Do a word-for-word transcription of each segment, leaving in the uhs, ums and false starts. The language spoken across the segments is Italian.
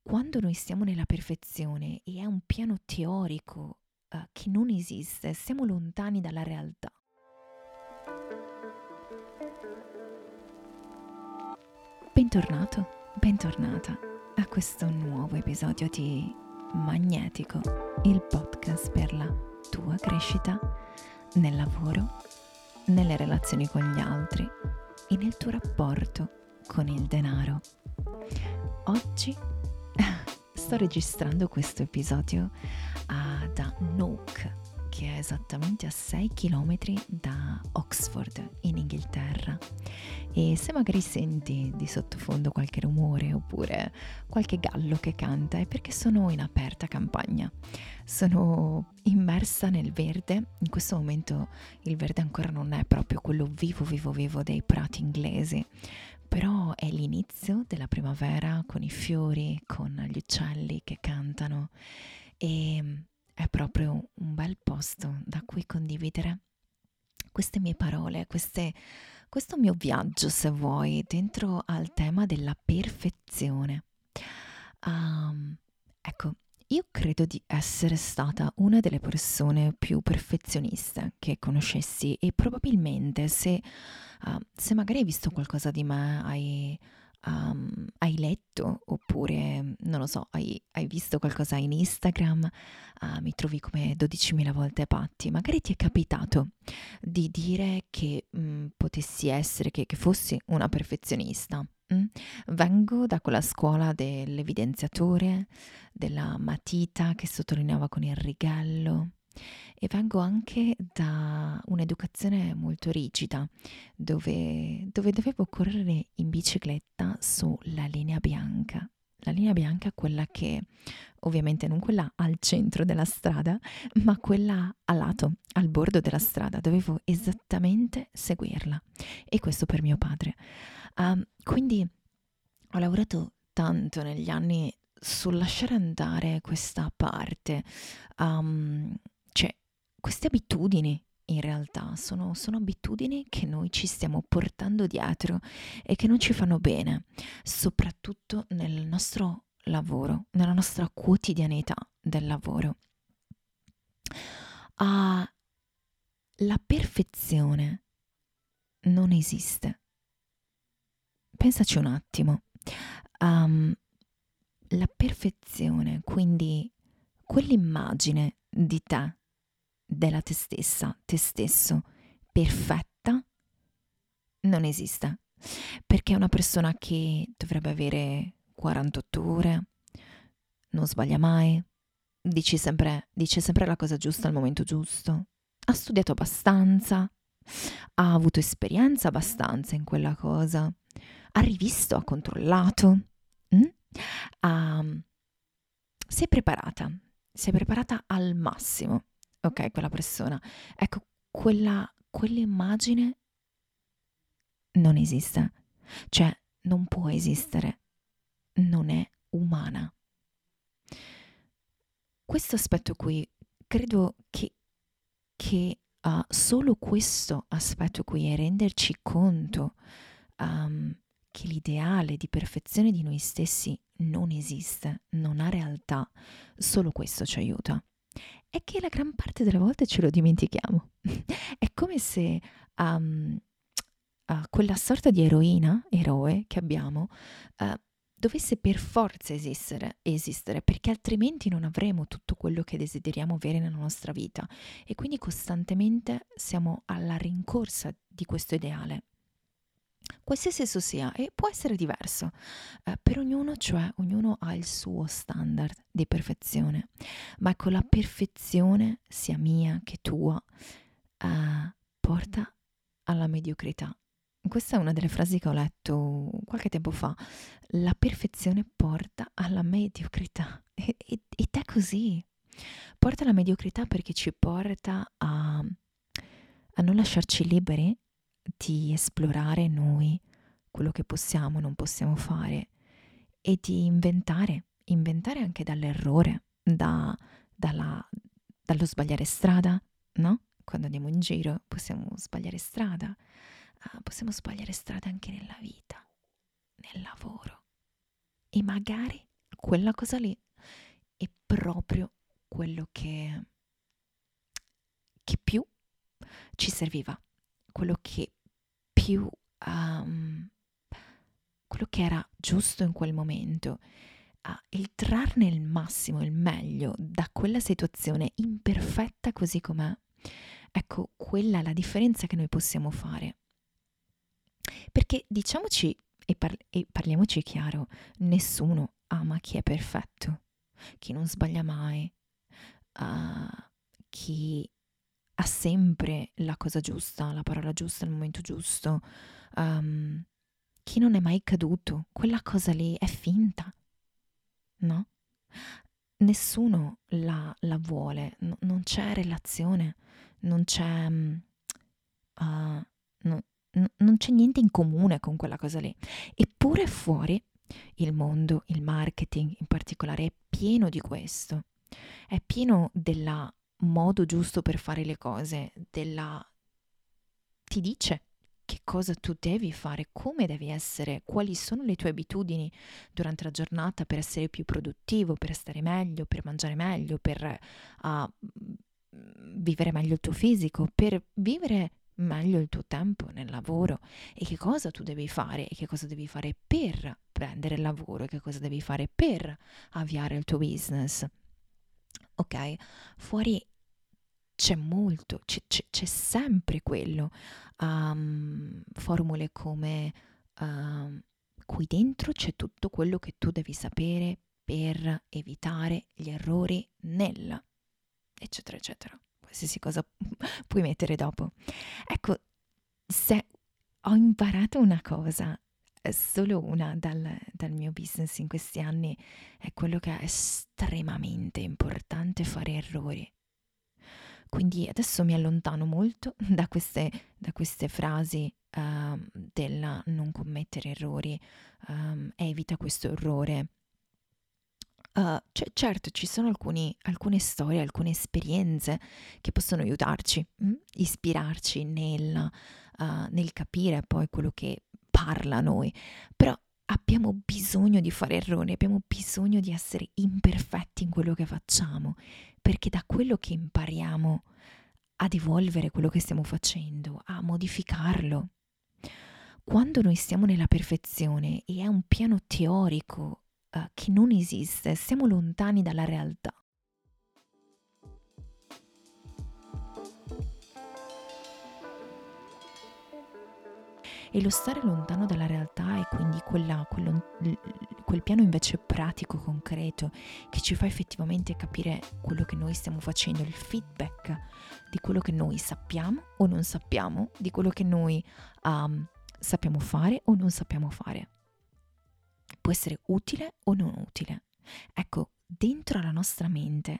quando noi stiamo nella perfezione e è un piano teorico eh, che non esiste, siamo lontani dalla realtà. Bentornato, bentornata a questo nuovo episodio di Magnetico, il podcast per la tua crescita nel lavoro, nelle relazioni con gli altri e nel tuo rapporto con il denaro. Oggi sto registrando questo episodio uh, da Newark, che è esattamente a sei chilometri da Oxford, in Inghilterra. E se magari senti di sottofondo qualche rumore oppure qualche gallo che canta, è perché sono in aperta campagna. Sono immersa nel verde. In questo momento il verde ancora non è proprio quello vivo vivo vivo dei prati inglesi, però è l'inizio della primavera con i fiori, con gli uccelli che cantano e è proprio un bel posto da cui condividere queste mie parole, queste, questo mio viaggio, se vuoi, dentro al tema della perfezione. Um, ecco, io credo di essere stata una delle persone più perfezioniste che conoscessi e probabilmente se, uh, se magari hai visto qualcosa di me, hai, um, hai letto oppure, non lo so, hai, hai visto qualcosa in Instagram, uh, mi trovi come dodicimila volte Patti, magari ti è capitato di dire che mh, potessi essere, che, che fossi una perfezionista. Mm? Vengo da quella scuola dell'evidenziatore, della matita che sottolineava con il righello e vengo anche da un'educazione molto rigida dove, dove dovevo correre in bicicletta sulla linea bianca. La linea bianca è quella che, ovviamente non quella al centro della strada, ma quella a lato, al bordo della strada. Dovevo esattamente seguirla. E questo per mio padre. Um, quindi ho lavorato tanto negli anni sul lasciare andare questa parte, um, cioè queste abitudini in realtà sono, sono abitudini che noi ci stiamo portando dietro e che non ci fanno bene, soprattutto nel nostro lavoro, nella nostra quotidianità del lavoro. Ah, la perfezione non esiste. Pensaci un attimo. Um, la perfezione, quindi quell'immagine di te, della te stessa, te stesso, perfetta, non esiste. Perché una persona che dovrebbe avere quarantotto ore, non sbaglia mai, dice sempre, dice sempre la cosa giusta al momento giusto, ha studiato abbastanza, ha avuto esperienza abbastanza in quella cosa, ha rivisto, ha controllato, mm? ha, si è preparata, si è preparata al massimo, ok, quella persona. Ecco, quella, quell'immagine non esiste, cioè non può esistere, non è umana. Questo aspetto qui, credo che, che uh, solo questo aspetto qui è renderci conto um, che l'ideale di perfezione di noi stessi non esiste, non ha realtà, solo questo ci aiuta. È che la gran parte delle volte ce lo dimentichiamo. È come se um, uh, quella sorta di eroina, eroe che abbiamo, uh, dovesse per forza esistere, esistere, perché altrimenti non avremo tutto quello che desideriamo avere nella nostra vita e quindi costantemente siamo alla rincorsa di questo ideale. Qualsiasi esso sia, e può essere diverso eh, per ognuno, cioè ognuno ha il suo standard di perfezione, ma ecco la perfezione, sia mia che tua, eh, porta alla mediocrità. Questa è una delle frasi che ho letto qualche tempo fa. La perfezione porta alla mediocrità. E- e- Ed è così. Porta alla mediocrità perché ci porta a, a non lasciarci liberi di esplorare noi quello che possiamo, non possiamo fare e di inventare, inventare anche dall'errore, da, dalla, dallo sbagliare strada, no? Quando andiamo in giro possiamo sbagliare strada, ah, possiamo sbagliare strada anche nella vita, nel lavoro e magari quella cosa lì è proprio quello che, che più ci serviva, quello che più, um, quello che era giusto in quel momento, uh, il trarne il massimo, il meglio da quella situazione imperfetta così com'è. Ecco, quella è la differenza che noi possiamo fare. Perché diciamoci e, par- e parliamoci chiaro, nessuno ama chi è perfetto, chi non sbaglia mai, uh, chi ha sempre la cosa giusta, la parola giusta, il momento giusto, um, chi non è mai caduto, quella cosa lì è finta, no? Nessuno la, la vuole, no- non c'è relazione, non c'è, um, uh, no- n- non c'è niente in comune con quella cosa lì. Eppure fuori il mondo, il marketing in particolare, è pieno di questo, è pieno della modo giusto per fare le cose, della ti dice che cosa tu devi fare, come devi essere, quali sono le tue abitudini durante la giornata per essere più produttivo, per stare meglio, per mangiare meglio, per uh, vivere meglio il tuo fisico, per vivere meglio il tuo tempo nel lavoro, e che cosa tu devi fare e che cosa devi fare per prendere il lavoro e che cosa devi fare per avviare il tuo business. Ok? Fuori c'è molto, c'è, c'è, c'è sempre quello. Um, formule come um, qui dentro c'è tutto quello che tu devi sapere per evitare gli errori nel, eccetera, eccetera. Qualsiasi cosa puoi mettere dopo. Ecco, se ho imparato una cosa, eh, solo una dal, dal mio business in questi anni, è quello che è estremamente importante fare errori. Quindi adesso mi allontano molto da queste, da queste frasi uh, del non commettere errori, um, evita questo errore. Uh, c- certo, ci sono alcuni, alcune storie, alcune esperienze che possono aiutarci, mh? Ispirarci nel, uh, nel capire poi quello che parla a noi, però abbiamo bisogno di fare errori, abbiamo bisogno di essere imperfetti in quello che facciamo, perché da quello che impariamo ad evolvere quello che stiamo facendo, a modificarlo. Quando noi stiamo nella perfezione e è un piano teorico uh, che non esiste, siamo lontani dalla realtà. E lo stare lontano dalla realtà è quindi quella, quello, quel piano invece pratico, concreto, che ci fa effettivamente capire quello che noi stiamo facendo, il feedback di quello che noi sappiamo o non sappiamo, di quello che noi um, sappiamo fare o non sappiamo fare. Può essere utile o non utile. Ecco, dentro la nostra mente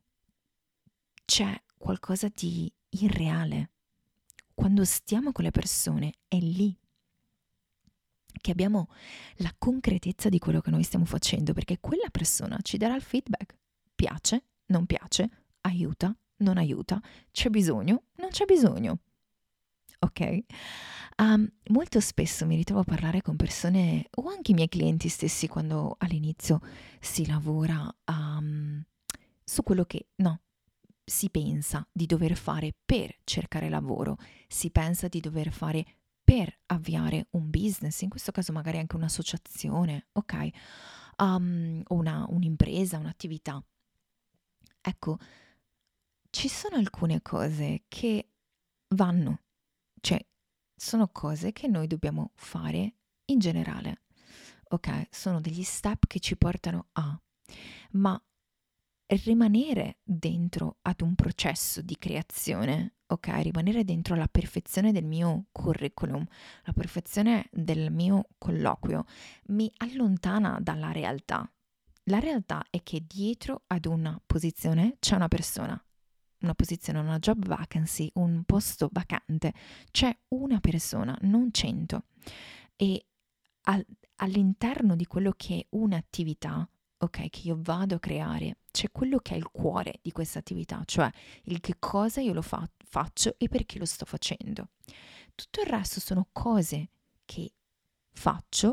c'è qualcosa di irreale. Quando stiamo con le persone è lì che abbiamo la concretezza di quello che noi stiamo facendo, perché quella persona ci darà il feedback. Piace, non piace, aiuta, non aiuta, c'è bisogno, non c'è bisogno. Ok? Um, molto spesso mi ritrovo a parlare con persone o anche i miei clienti stessi quando all'inizio si lavora um, su quello che no, si pensa di dover fare per cercare lavoro, si pensa di dover fare per avviare un business, in questo caso magari anche un'associazione, ok? Um, una, un'impresa, un'attività. Ecco, ci sono alcune cose che vanno, cioè sono cose che noi dobbiamo fare in generale, ok? Sono degli step che ci portano a, ma rimanere dentro ad un processo di creazione, ok? Rimanere dentro la perfezione del mio curriculum, la perfezione del mio colloquio, mi allontana dalla realtà. La realtà è che dietro ad una posizione c'è una persona, una posizione, una job vacancy, un posto vacante, c'è una persona, non cento. E al, all'interno di quello che è un'attività, ok, che io vado a creare, c'è quello che è il cuore di questa attività, cioè il che cosa io lo fa- faccio e perché lo sto facendo. Tutto il resto sono cose che faccio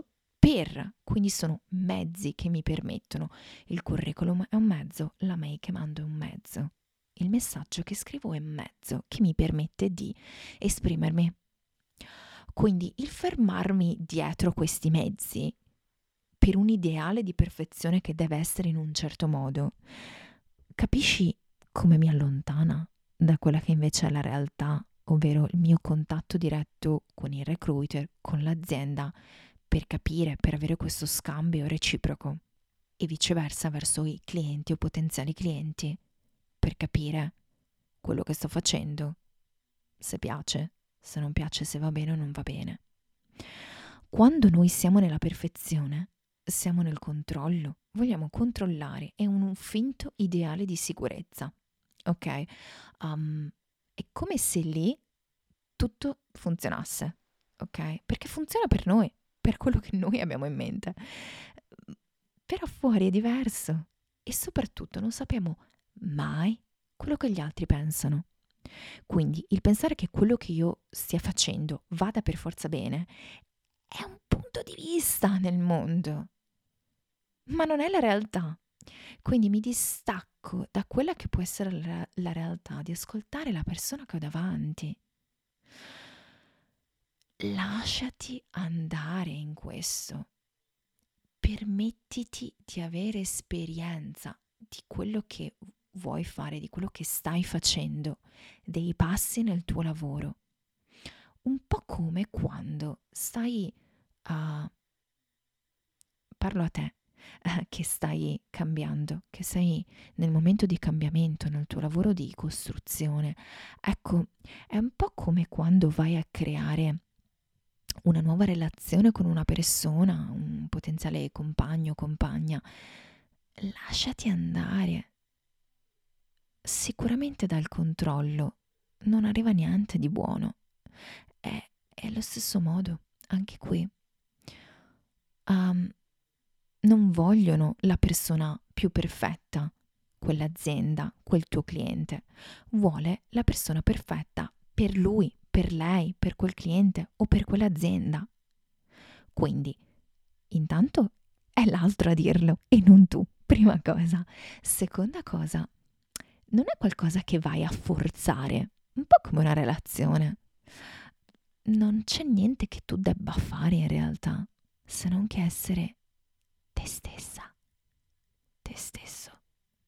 per, quindi sono mezzi che mi permettono. Il curriculum è un mezzo, la mail che mando è un mezzo, il messaggio che scrivo è un mezzo che mi permette di esprimermi. Quindi il fermarmi dietro questi mezzi per un ideale di perfezione che deve essere in un certo modo, capisci come mi allontana da quella che invece è la realtà, ovvero il mio contatto diretto con il recruiter, con l'azienda, per capire, per avere questo scambio reciproco, e viceversa verso i clienti o potenziali clienti, per capire quello che sto facendo, se piace, se non piace, se va bene o non va bene. Quando noi siamo nella perfezione, siamo nel controllo, vogliamo controllare, è un, un finto ideale di sicurezza, ok? Um, è come se lì tutto funzionasse, ok? Perché funziona per noi, per quello che noi abbiamo in mente. Però fuori è diverso e soprattutto non sappiamo mai quello che gli altri pensano. Quindi il pensare che quello che io stia facendo vada per forza bene è un punto di vista nel mondo, ma non è la realtà. Quindi mi distacco da quella che può essere la, la realtà, di ascoltare la persona che ho davanti. Lasciati andare in questo. Permettiti di avere esperienza di quello che vuoi fare, di quello che stai facendo, dei passi nel tuo lavoro. Un po' come quando stai a... parlo a te, eh, che stai cambiando, che sei nel momento di cambiamento nel tuo lavoro di costruzione. Ecco, è un po' come quando vai a creare una nuova relazione con una persona, un potenziale compagno o compagna. Lasciati andare. Sicuramente dal controllo non arriva niente di buono. È, è allo stesso modo, anche qui. Um, non vogliono la persona più perfetta, quell'azienda, quel tuo cliente. Vuole la persona perfetta per lui, per lei, per quel cliente o per quell'azienda. Quindi, intanto è l'altro a dirlo e non tu, prima cosa. Seconda cosa, non è qualcosa che vai a forzare, un po' come una relazione. Non c'è niente che tu debba fare in realtà, se non che essere te stessa, te stesso.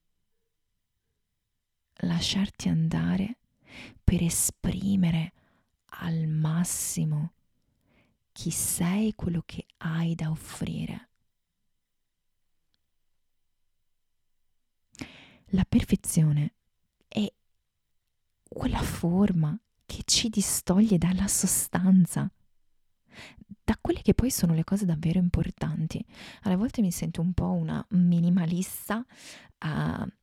Lasciarti andare per esprimere al massimo chi sei, quello che hai da offrire. La perfezione è quella forma che ci distoglie dalla sostanza, da quelle che poi sono le cose davvero importanti. Alle volte mi sento un po' una minimalista uh, uh,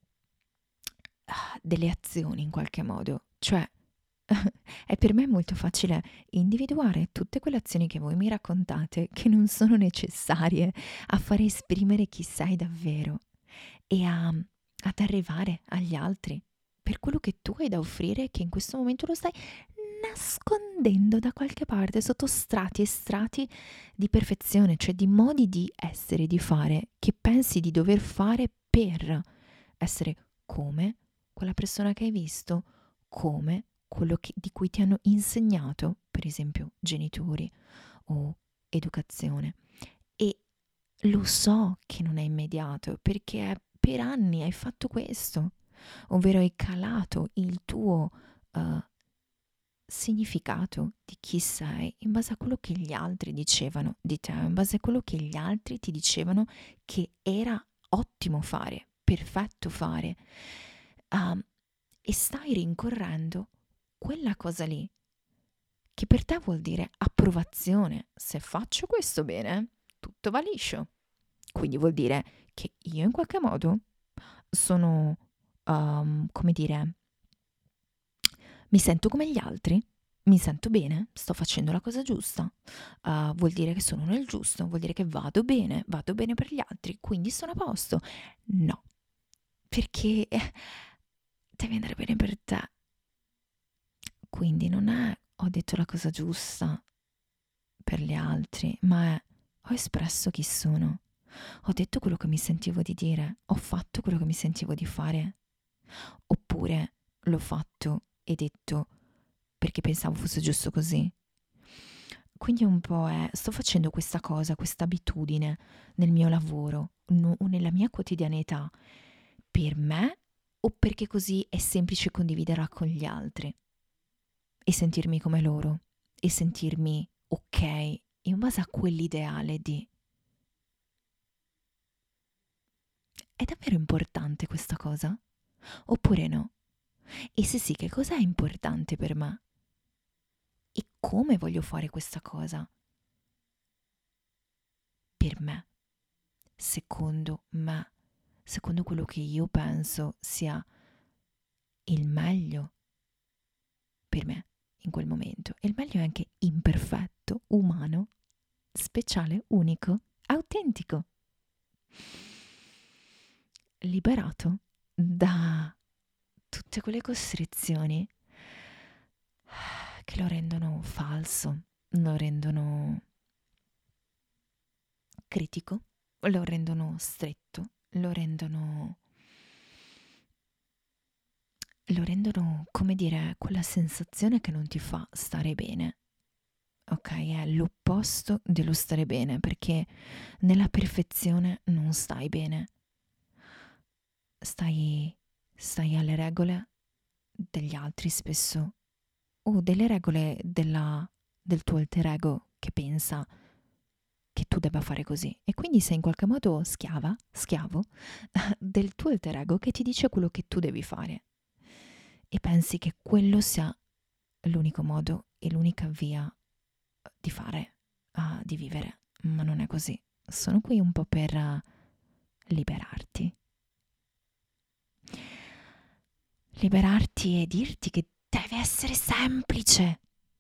delle azioni in qualche modo, cioè è per me molto facile individuare tutte quelle azioni che voi mi raccontate che non sono necessarie a far esprimere chi sei davvero e a, ad arrivare agli altri per quello che tu hai da offrire, che in questo momento lo stai nascondendo da qualche parte sotto strati e strati di perfezione, cioè di modi di essere, di fare, che pensi di dover fare per essere come quella persona che hai visto, come quello che, di cui ti hanno insegnato, per esempio genitori o educazione. E lo so che non è immediato, perché per anni hai fatto questo, ovvero hai calato il tuo uh, significato di chi sei in base a quello che gli altri dicevano di te, in base a quello che gli altri ti dicevano che era ottimo fare, perfetto fare. Um, e stai rincorrendo quella cosa lì, che per te vuol dire approvazione. Se faccio questo bene, tutto va liscio. Quindi vuol dire che io in qualche modo sono, um, come dire, mi sento come gli altri, mi sento bene, sto facendo la cosa giusta, uh, vuol dire che sono nel giusto, vuol dire che vado bene, vado bene per gli altri, quindi sono a posto. No, perché devi andare bene per te. Quindi non è ho detto la cosa giusta per gli altri, ma è ho espresso chi sono, ho detto quello che mi sentivo di dire, ho fatto quello che mi sentivo di fare, oppure l'ho fatto e detto perché pensavo fosse giusto così. Quindi un po' è, sto facendo questa cosa, questa abitudine nel mio lavoro no- o nella mia quotidianità per me o perché così è semplice condividerla con gli altri e sentirmi come loro e sentirmi ok in base a quell'ideale di... È davvero importante questa cosa? Oppure no? E se sì, che cosa è importante per me? E come voglio fare questa cosa? Per me, secondo me, secondo quello che io penso sia il meglio per me in quel momento. E il meglio è anche imperfetto, umano, speciale, unico, autentico, liberato da tutte quelle costrizioni che lo rendono falso, lo rendono critico, lo rendono stretto, lo rendono lo rendono, come dire, quella sensazione che non ti fa stare bene. Ok, è l'opposto dello stare bene, perché nella perfezione non stai bene. Stai, stai alle regole degli altri spesso, o delle regole della, del tuo alter ego che pensa che tu debba fare così. E quindi sei in qualche modo schiava, schiavo del tuo alter ego che ti dice quello che tu devi fare. E pensi che quello sia l'unico modo e l'unica via di fare, uh, di vivere, ma non è così. Sono qui un po' per uh, liberarti. Liberarti e dirti che deve essere semplice.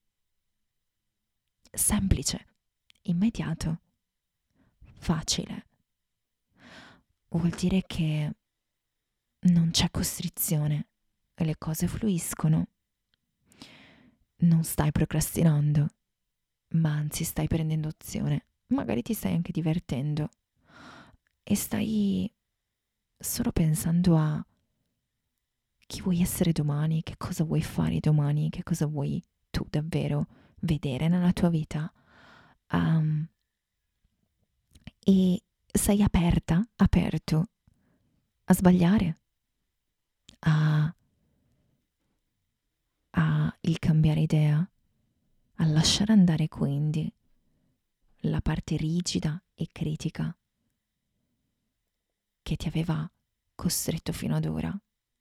Semplice, immediato, facile. Vuol dire che non c'è costrizione e le cose fluiscono. Non stai procrastinando, ma anzi stai prendendo azione. Magari ti stai anche divertendo e stai solo pensando a chi vuoi essere domani, che cosa vuoi fare domani, che cosa vuoi tu davvero vedere nella tua vita. Um, e sei aperta, aperto a sbagliare, a, a il cambiare idea, a lasciare andare quindi la parte rigida e critica che ti aveva costretto fino ad ora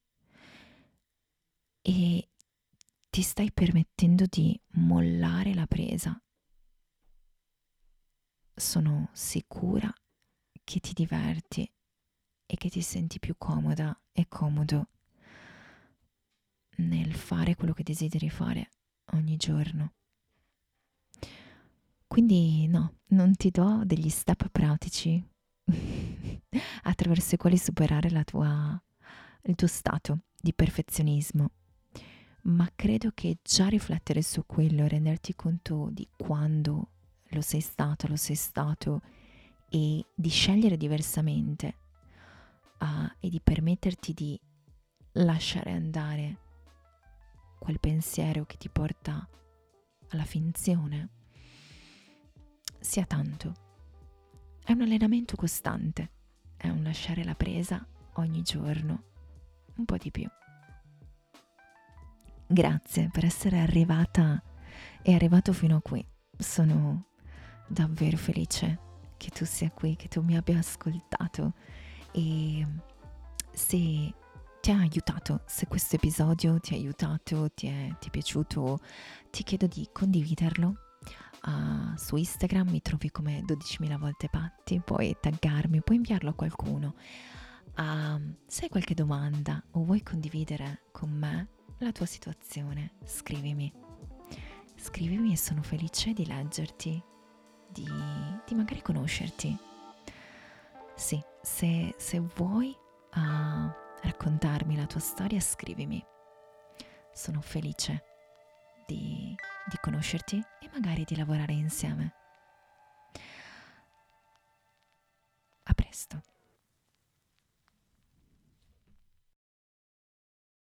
e ti stai permettendo di mollare la presa. Sono sicura che ti diverti e che ti senti più comoda e comodo nel fare quello che desideri fare ogni giorno. Quindi no, non ti do degli step pratici attraverso i quali superare la tua, il tuo stato di perfezionismo, ma credo che già riflettere su quello e renderti conto di quando lo sei stato, lo sei stato e di scegliere diversamente uh, e di permetterti di lasciare andare quel pensiero che ti porta alla finzione, sia tanto. È un allenamento costante, è un lasciare la presa ogni giorno, un po' di più. Grazie per essere arrivata e arrivato fino a qui. Sono davvero felice che tu sia qui, che tu mi abbia ascoltato e se ti ha aiutato, se questo episodio ti ha aiutato, ti è, ti è piaciuto, ti chiedo di condividerlo. Uh, su Instagram mi trovi come dodicimila volte patti, puoi taggarmi, puoi inviarlo a qualcuno. Uh, se hai qualche domanda o vuoi condividere con me la tua situazione, scrivimi. Scrivimi e sono felice di leggerti, di, di magari conoscerti. Sì, se, se vuoi uh, raccontarmi la tua storia, scrivimi. Sono felice di, di conoscerti e magari di lavorare insieme. presto.